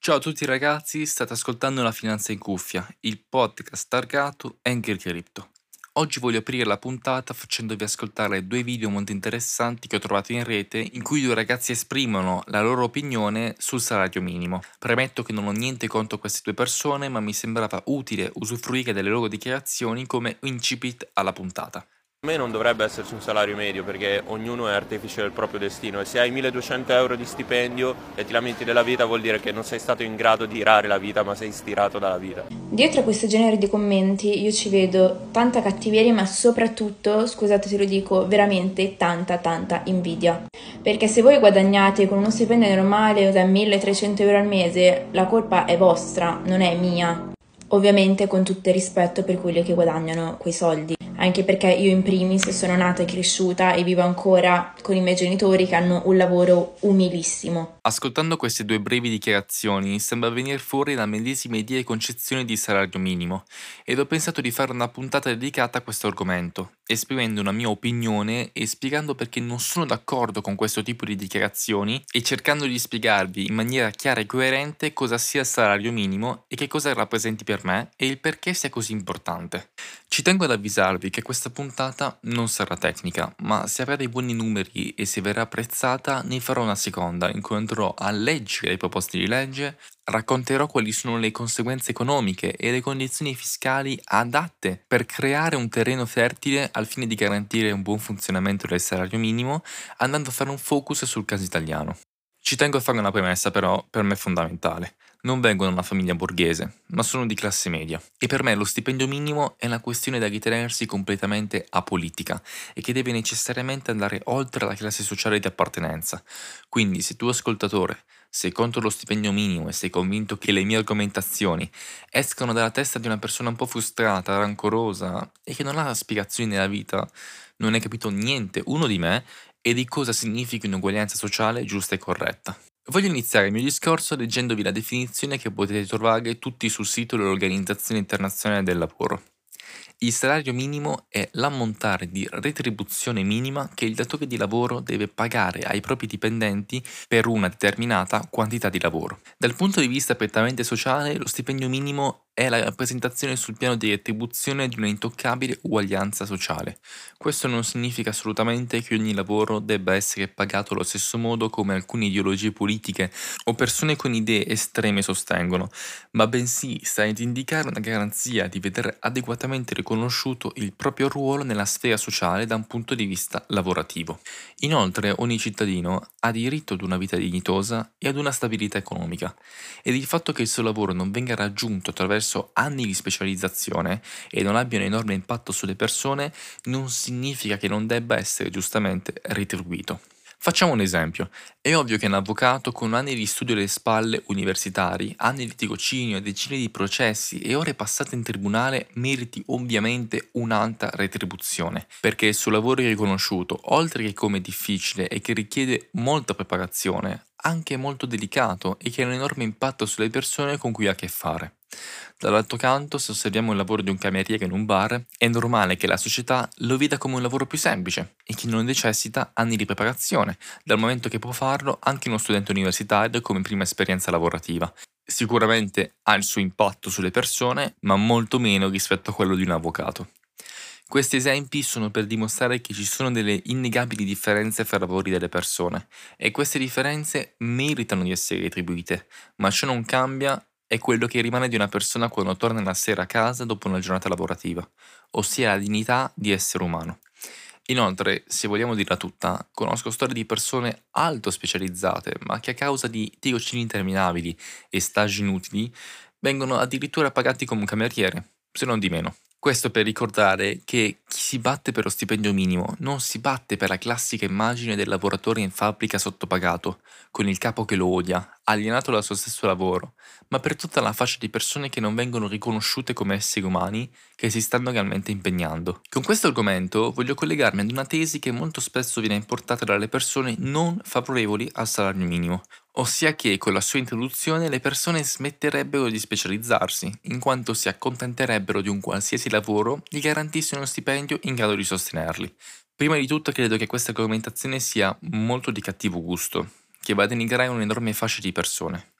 Ciao a tutti ragazzi, state ascoltando La Finanza in Cuffia, il podcast targato Anchor Crypto. Oggi voglio aprire la puntata facendovi ascoltare due video molto interessanti che ho trovato in rete in cui due ragazzi esprimono la loro opinione sul salario minimo. Premetto che non ho niente contro queste due persone, ma mi sembrava utile usufruire delle loro dichiarazioni come incipit alla puntata. Me non dovrebbe esserci un salario medio perché ognuno è artefice del proprio destino e se hai 1200 euro di stipendio e ti lamenti della vita vuol dire che non sei stato in grado di irare la vita ma sei stirato dalla vita. Dietro a questo genere di commenti io ci vedo tanta cattiveria, ma soprattutto, scusate se lo dico, veramente tanta invidia. Perché se voi guadagnate con uno stipendio normale da 1300 euro al mese, la colpa è vostra, non è mia. Ovviamente con tutto il rispetto per quelli che guadagnano quei soldi. Anche perché io in primis sono nata e cresciuta e vivo ancora con i miei genitori che hanno un lavoro umilissimo. Ascoltando queste due brevi dichiarazioni sembra venire fuori la medesima idea e concezione di salario minimo ed ho pensato di fare una puntata dedicata a questo argomento, esprimendo una mia opinione e spiegando perché non sono d'accordo con questo tipo di dichiarazioni e cercando di spiegarvi in maniera chiara e coerente cosa sia il salario minimo e che cosa rappresenti per me e il perché sia così importante. Ci tengo ad avvisarvi che questa puntata non sarà tecnica, ma se avrà dei buoni numeri e se verrà apprezzata ne farò una seconda in cui andrò a leggere i proposti di legge, racconterò quali sono le conseguenze economiche e le condizioni fiscali adatte per creare un terreno fertile al fine di garantire un buon funzionamento del salario minimo, andando a fare un focus sul caso italiano. Ci tengo a fare una premessa però, per me fondamentale. Non vengo da una famiglia borghese, ma sono di classe media. E per me lo stipendio minimo è una questione da ritenersi completamente apolitica e che deve necessariamente andare oltre la classe sociale di appartenenza. Quindi se tu ascoltatore sei contro lo stipendio minimo e sei convinto che le mie argomentazioni escano dalla testa di una persona un po' frustrata, rancorosa e che non ha aspirazioni nella vita, non hai capito niente uno di me e di cosa significhi un'uguaglianza sociale giusta e corretta. Voglio iniziare il mio discorso leggendovi la definizione che potete trovare tutti sul sito dell'Organizzazione Internazionale del Lavoro. Il salario minimo è l'ammontare di retribuzione minima che il datore di lavoro deve pagare ai propri dipendenti per una determinata quantità di lavoro. Dal punto di vista prettamente sociale, lo stipendio minimo è la rappresentazione sul piano di retribuzione di una intoccabile uguaglianza sociale. Questo non significa assolutamente che ogni lavoro debba essere pagato allo stesso modo come alcune ideologie politiche o persone con idee estreme sostengono, ma bensì sta ad indicare una garanzia di vedere adeguatamente riconosciuto il proprio ruolo nella sfera sociale da un punto di vista lavorativo. Inoltre, ogni cittadino ha diritto ad una vita dignitosa e ad una stabilità economica, ed il fatto che il suo lavoro non venga raggiunto attraverso anni di specializzazione e non abbia un enorme impatto sulle persone non significa che non debba essere giustamente retribuito. Facciamo un esempio. È ovvio che un avvocato con anni di studio alle spalle universitari, anni di tirocinio, decine di processi e ore passate in tribunale meriti ovviamente un'alta retribuzione, perché il suo lavoro è riconosciuto, oltre che come difficile e che richiede molta preparazione, anche molto delicato e che ha un enorme impatto sulle persone con cui ha a che fare. Dall'altro canto, se osserviamo il lavoro di un cameriere in un bar, è normale che la società lo veda come un lavoro più semplice e che non necessita anni di preparazione, dal momento che può farlo anche uno studente universitario come prima esperienza lavorativa. Sicuramente ha il suo impatto sulle persone, ma molto meno rispetto a quello di un avvocato. Questi esempi sono per dimostrare che ci sono delle innegabili differenze fra lavori delle persone e queste differenze meritano di essere retribuite, ma ciò non cambia è quello che rimane di una persona quando torna la sera a casa dopo una giornata lavorativa, ossia la dignità di essere umano. Inoltre, se vogliamo dirla tutta, conosco storie di persone alto specializzate, ma che a causa di tirocini interminabili e stage inutili vengono addirittura pagati come un cameriere, se non di meno. Questo per ricordare che chi si batte per lo stipendio minimo non si batte per la classica immagine del lavoratore in fabbrica sottopagato, con il capo che lo odia, alienato dal suo stesso lavoro, ma per tutta la fascia di persone che non vengono riconosciute come esseri umani che si stanno realmente impegnando. Con questo argomento voglio collegarmi ad una tesi che molto spesso viene importata dalle persone non favorevoli al salario minimo, ossia che con la sua introduzione le persone smetterebbero di specializzarsi, in quanto si accontenterebbero di un qualsiasi lavoro gli garantisse uno stipendio in grado di sostenerli. Prima di tutto credo che questa argomentazione sia molto di cattivo gusto, che va a denigrare un'enorme fascia di persone.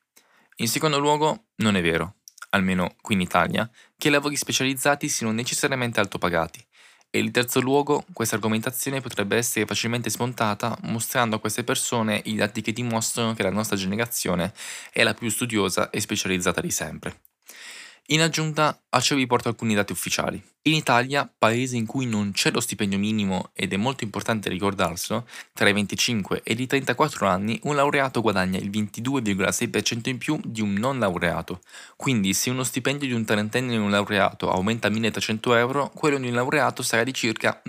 In secondo luogo, non è vero, almeno qui in Italia, che i lavori specializzati siano necessariamente altopagati. E in terzo luogo, questa argomentazione potrebbe essere facilmente smontata mostrando a queste persone i dati che dimostrano che la nostra generazione è la più studiosa e specializzata di sempre. In aggiunta a ciò vi porto alcuni dati ufficiali. In Italia, paese in cui non c'è lo stipendio minimo ed è molto importante ricordarselo, tra i 25 e i 34 anni un laureato guadagna il 22,6% in più di un non laureato. Quindi se uno stipendio di un trentenne e un laureato aumenta a 1.300 euro, quello di un laureato sarà di circa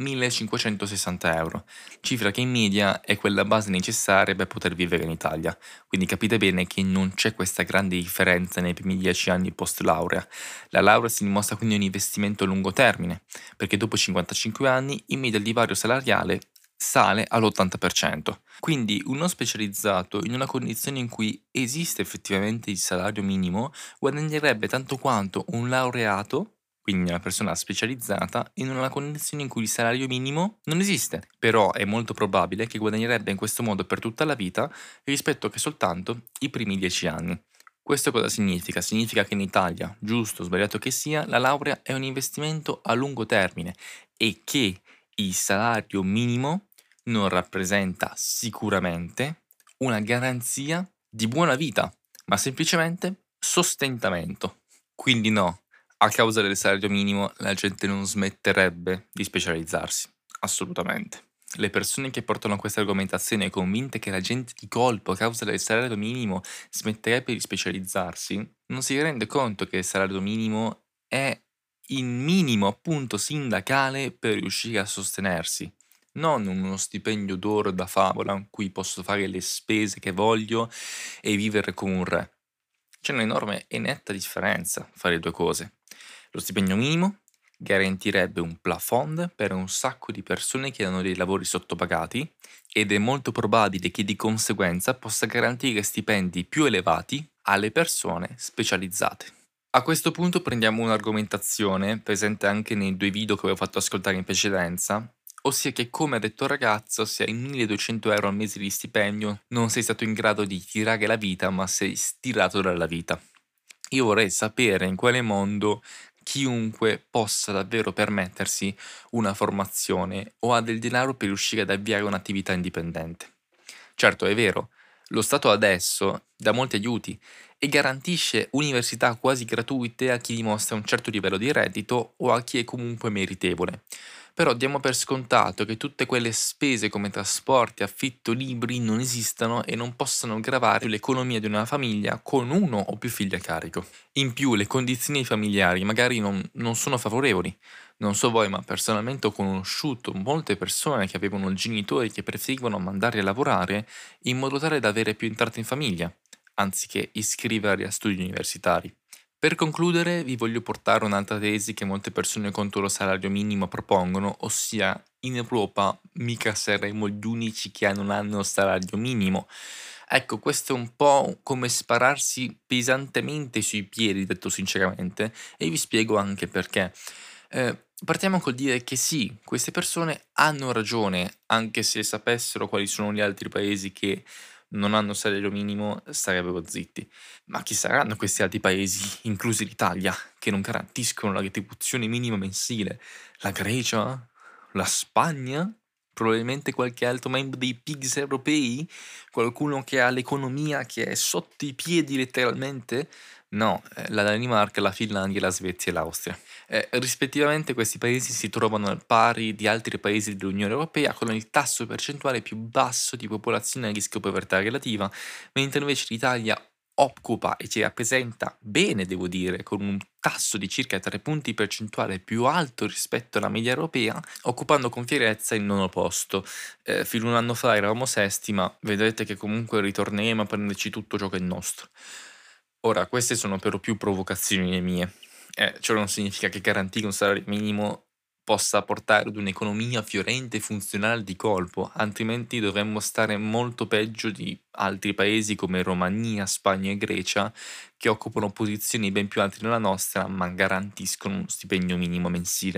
1.560 euro, cifra che in media è quella base necessaria per poter vivere in Italia. Quindi capite bene che non c'è questa grande differenza nei primi 10 anni post laurea. La laurea si dimostra quindi un investimento a lungo termine, perché dopo 55 anni in media il divario salariale sale all'80%. Quindi uno specializzato in una condizione in cui esiste effettivamente il salario minimo guadagnerebbe tanto quanto un laureato, quindi una persona specializzata, in una condizione in cui il salario minimo non esiste. Però è molto probabile che guadagnerebbe in questo modo per tutta la vita rispetto che soltanto i primi 10 anni. Questo cosa significa? Significa che in Italia, giusto o sbagliato che sia, la laurea è un investimento a lungo termine e che il salario minimo non rappresenta sicuramente una garanzia di buona vita, ma semplicemente sostentamento. Quindi no, a causa del salario minimo la gente non smetterebbe di specializzarsi, assolutamente. Le persone che portano questa argomentazione convinte che la gente di colpo a causa del salario minimo smetterebbe di specializzarsi, non si rende conto che il salario minimo è il minimo appunto sindacale per riuscire a sostenersi, non uno stipendio d'oro da favola in cui posso fare le spese che voglio e vivere come un re. C'è un'enorme e netta differenza fra le due cose. Lo stipendio minimo garantirebbe un plafond per un sacco di persone che hanno dei lavori sottopagati ed è molto probabile che di conseguenza possa garantire stipendi più elevati alle persone specializzate. A questo punto prendiamo un'argomentazione presente anche nei 2 video che avevo fatto ascoltare in precedenza, ossia che come ha detto il ragazzo, se hai 1.200 euro al mese di stipendio non sei stato in grado di tirare la vita, ma sei stirato dalla vita. Io vorrei sapere in quale mondo chiunque possa davvero permettersi una formazione o ha del denaro per riuscire ad avviare un'attività indipendente. Certo, è vero, lo Stato adesso dà molti aiuti e garantisce università quasi gratuite a chi dimostra un certo livello di reddito o a chi è comunque meritevole. Però diamo per scontato che tutte quelle spese come trasporti, affitto, libri non esistano e non possano gravare l'economia di una famiglia con uno o più figli a carico. In più le condizioni familiari magari non sono favorevoli. Non so voi, ma personalmente ho conosciuto molte persone che avevano genitori che preferivano mandarli a lavorare in modo tale da avere più entrate in famiglia, anziché iscriverli a studi universitari. Per concludere, vi voglio portare un'altra tesi che molte persone contro lo salario minimo propongono, ossia in Europa mica saremo gli unici che non hanno salario minimo. Ecco, questo è un po' come spararsi pesantemente sui piedi, detto sinceramente, e vi spiego anche perché. Partiamo col dire che sì, queste persone hanno ragione, anche se sapessero quali sono gli altri paesi che non hanno salario minimo, starebbero zitti. Ma chi saranno questi altri paesi, inclusi l'Italia, che non garantiscono la retribuzione minima mensile? La Grecia? La Spagna? Probabilmente qualche altro membro dei PIGS europei? Qualcuno che ha l'economia che è sotto i piedi letteralmente? No, la Danimarca, la Finlandia, la Svezia e l'Austria. Rispettivamente questi paesi si trovano al pari di altri paesi dell'Unione Europea con il tasso percentuale più basso di popolazione a rischio povertà relativa, mentre invece l'Italia occupa e ci rappresenta bene, devo dire, con un tasso di circa 3 punti percentuali più alto rispetto alla media europea, occupando con fierezza il nono posto. Fino a un anno fa eravamo sesti, ma vedrete che comunque ritorneremo a prenderci tutto ciò che è nostro. Ora, queste sono però più provocazioni le mie. Ciò non significa che garantire un salario minimo possa portare ad un'economia fiorente e funzionale di colpo, altrimenti dovremmo stare molto peggio di altri paesi come Romania, Spagna e Grecia, che occupano posizioni ben più alte della nostra, ma garantiscono uno stipendio minimo mensile.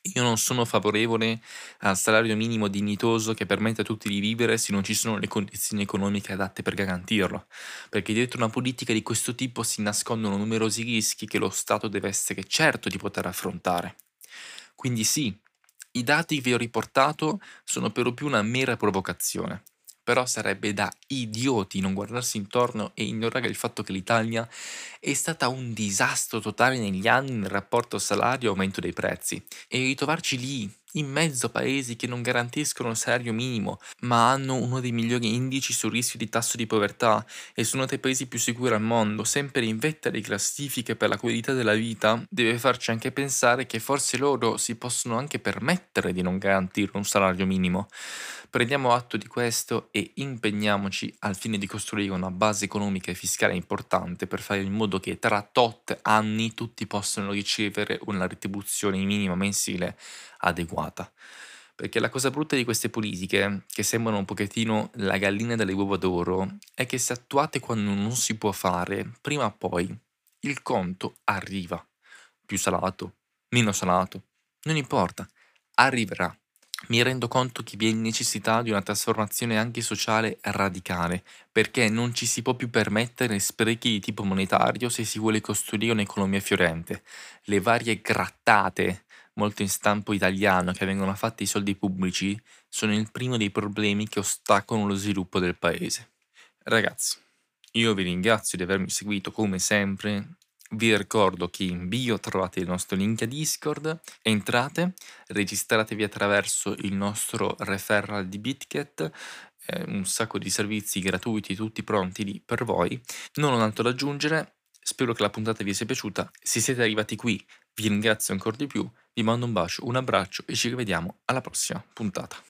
Io non sono favorevole al salario minimo dignitoso che permette a tutti di vivere se non ci sono le condizioni economiche adatte per garantirlo, perché dietro una politica di questo tipo si nascondono numerosi rischi che lo Stato deve essere certo di poter affrontare. Quindi sì, i dati che vi ho riportato sono per lo più una mera provocazione, però sarebbe da idioti non guardarsi intorno e ignorare il fatto che l'Italia è stata un disastro totale negli anni nel rapporto salario-aumento dei prezzi e ritrovarci lì, in mezzo a paesi che non garantiscono il salario minimo, ma hanno uno dei migliori indici sul rischio di tasso di povertà e sono tra i paesi più sicuri al mondo, sempre in vetta alle classifiche per la qualità della vita, deve farci anche pensare che forse loro si possono anche permettere di non garantire un salario minimo. Prendiamo atto di questo e impegniamoci al fine di costruire una base economica e fiscale importante per fare in modo che tra tot anni tutti possano ricevere una retribuzione minima mensile adeguata. Perché la cosa brutta di queste politiche, che sembrano un pochettino la gallina dalle uova d'oro, è che se attuate quando non si può fare, prima o poi il conto arriva. Più salato, meno salato, non importa, arriverà. Mi rendo conto che vi è necessità di una trasformazione anche sociale radicale, perché non ci si può più permettere sprechi di tipo monetario se si vuole costruire un'economia fiorente. Le varie grattate, molto in stampo italiano, che vengono fatte ai soldi pubblici, sono il primo dei problemi che ostacolano lo sviluppo del paese. Ragazzi, io vi ringrazio di avermi seguito come sempre. Vi ricordo che in bio trovate il nostro link a Discord, entrate, registratevi attraverso il nostro referral di BitGet, un sacco di servizi gratuiti tutti pronti lì per voi. Non ho altro da aggiungere, spero che la puntata vi sia piaciuta, se siete arrivati qui vi ringrazio ancora di più, vi mando un bacio, un abbraccio e ci rivediamo alla prossima puntata.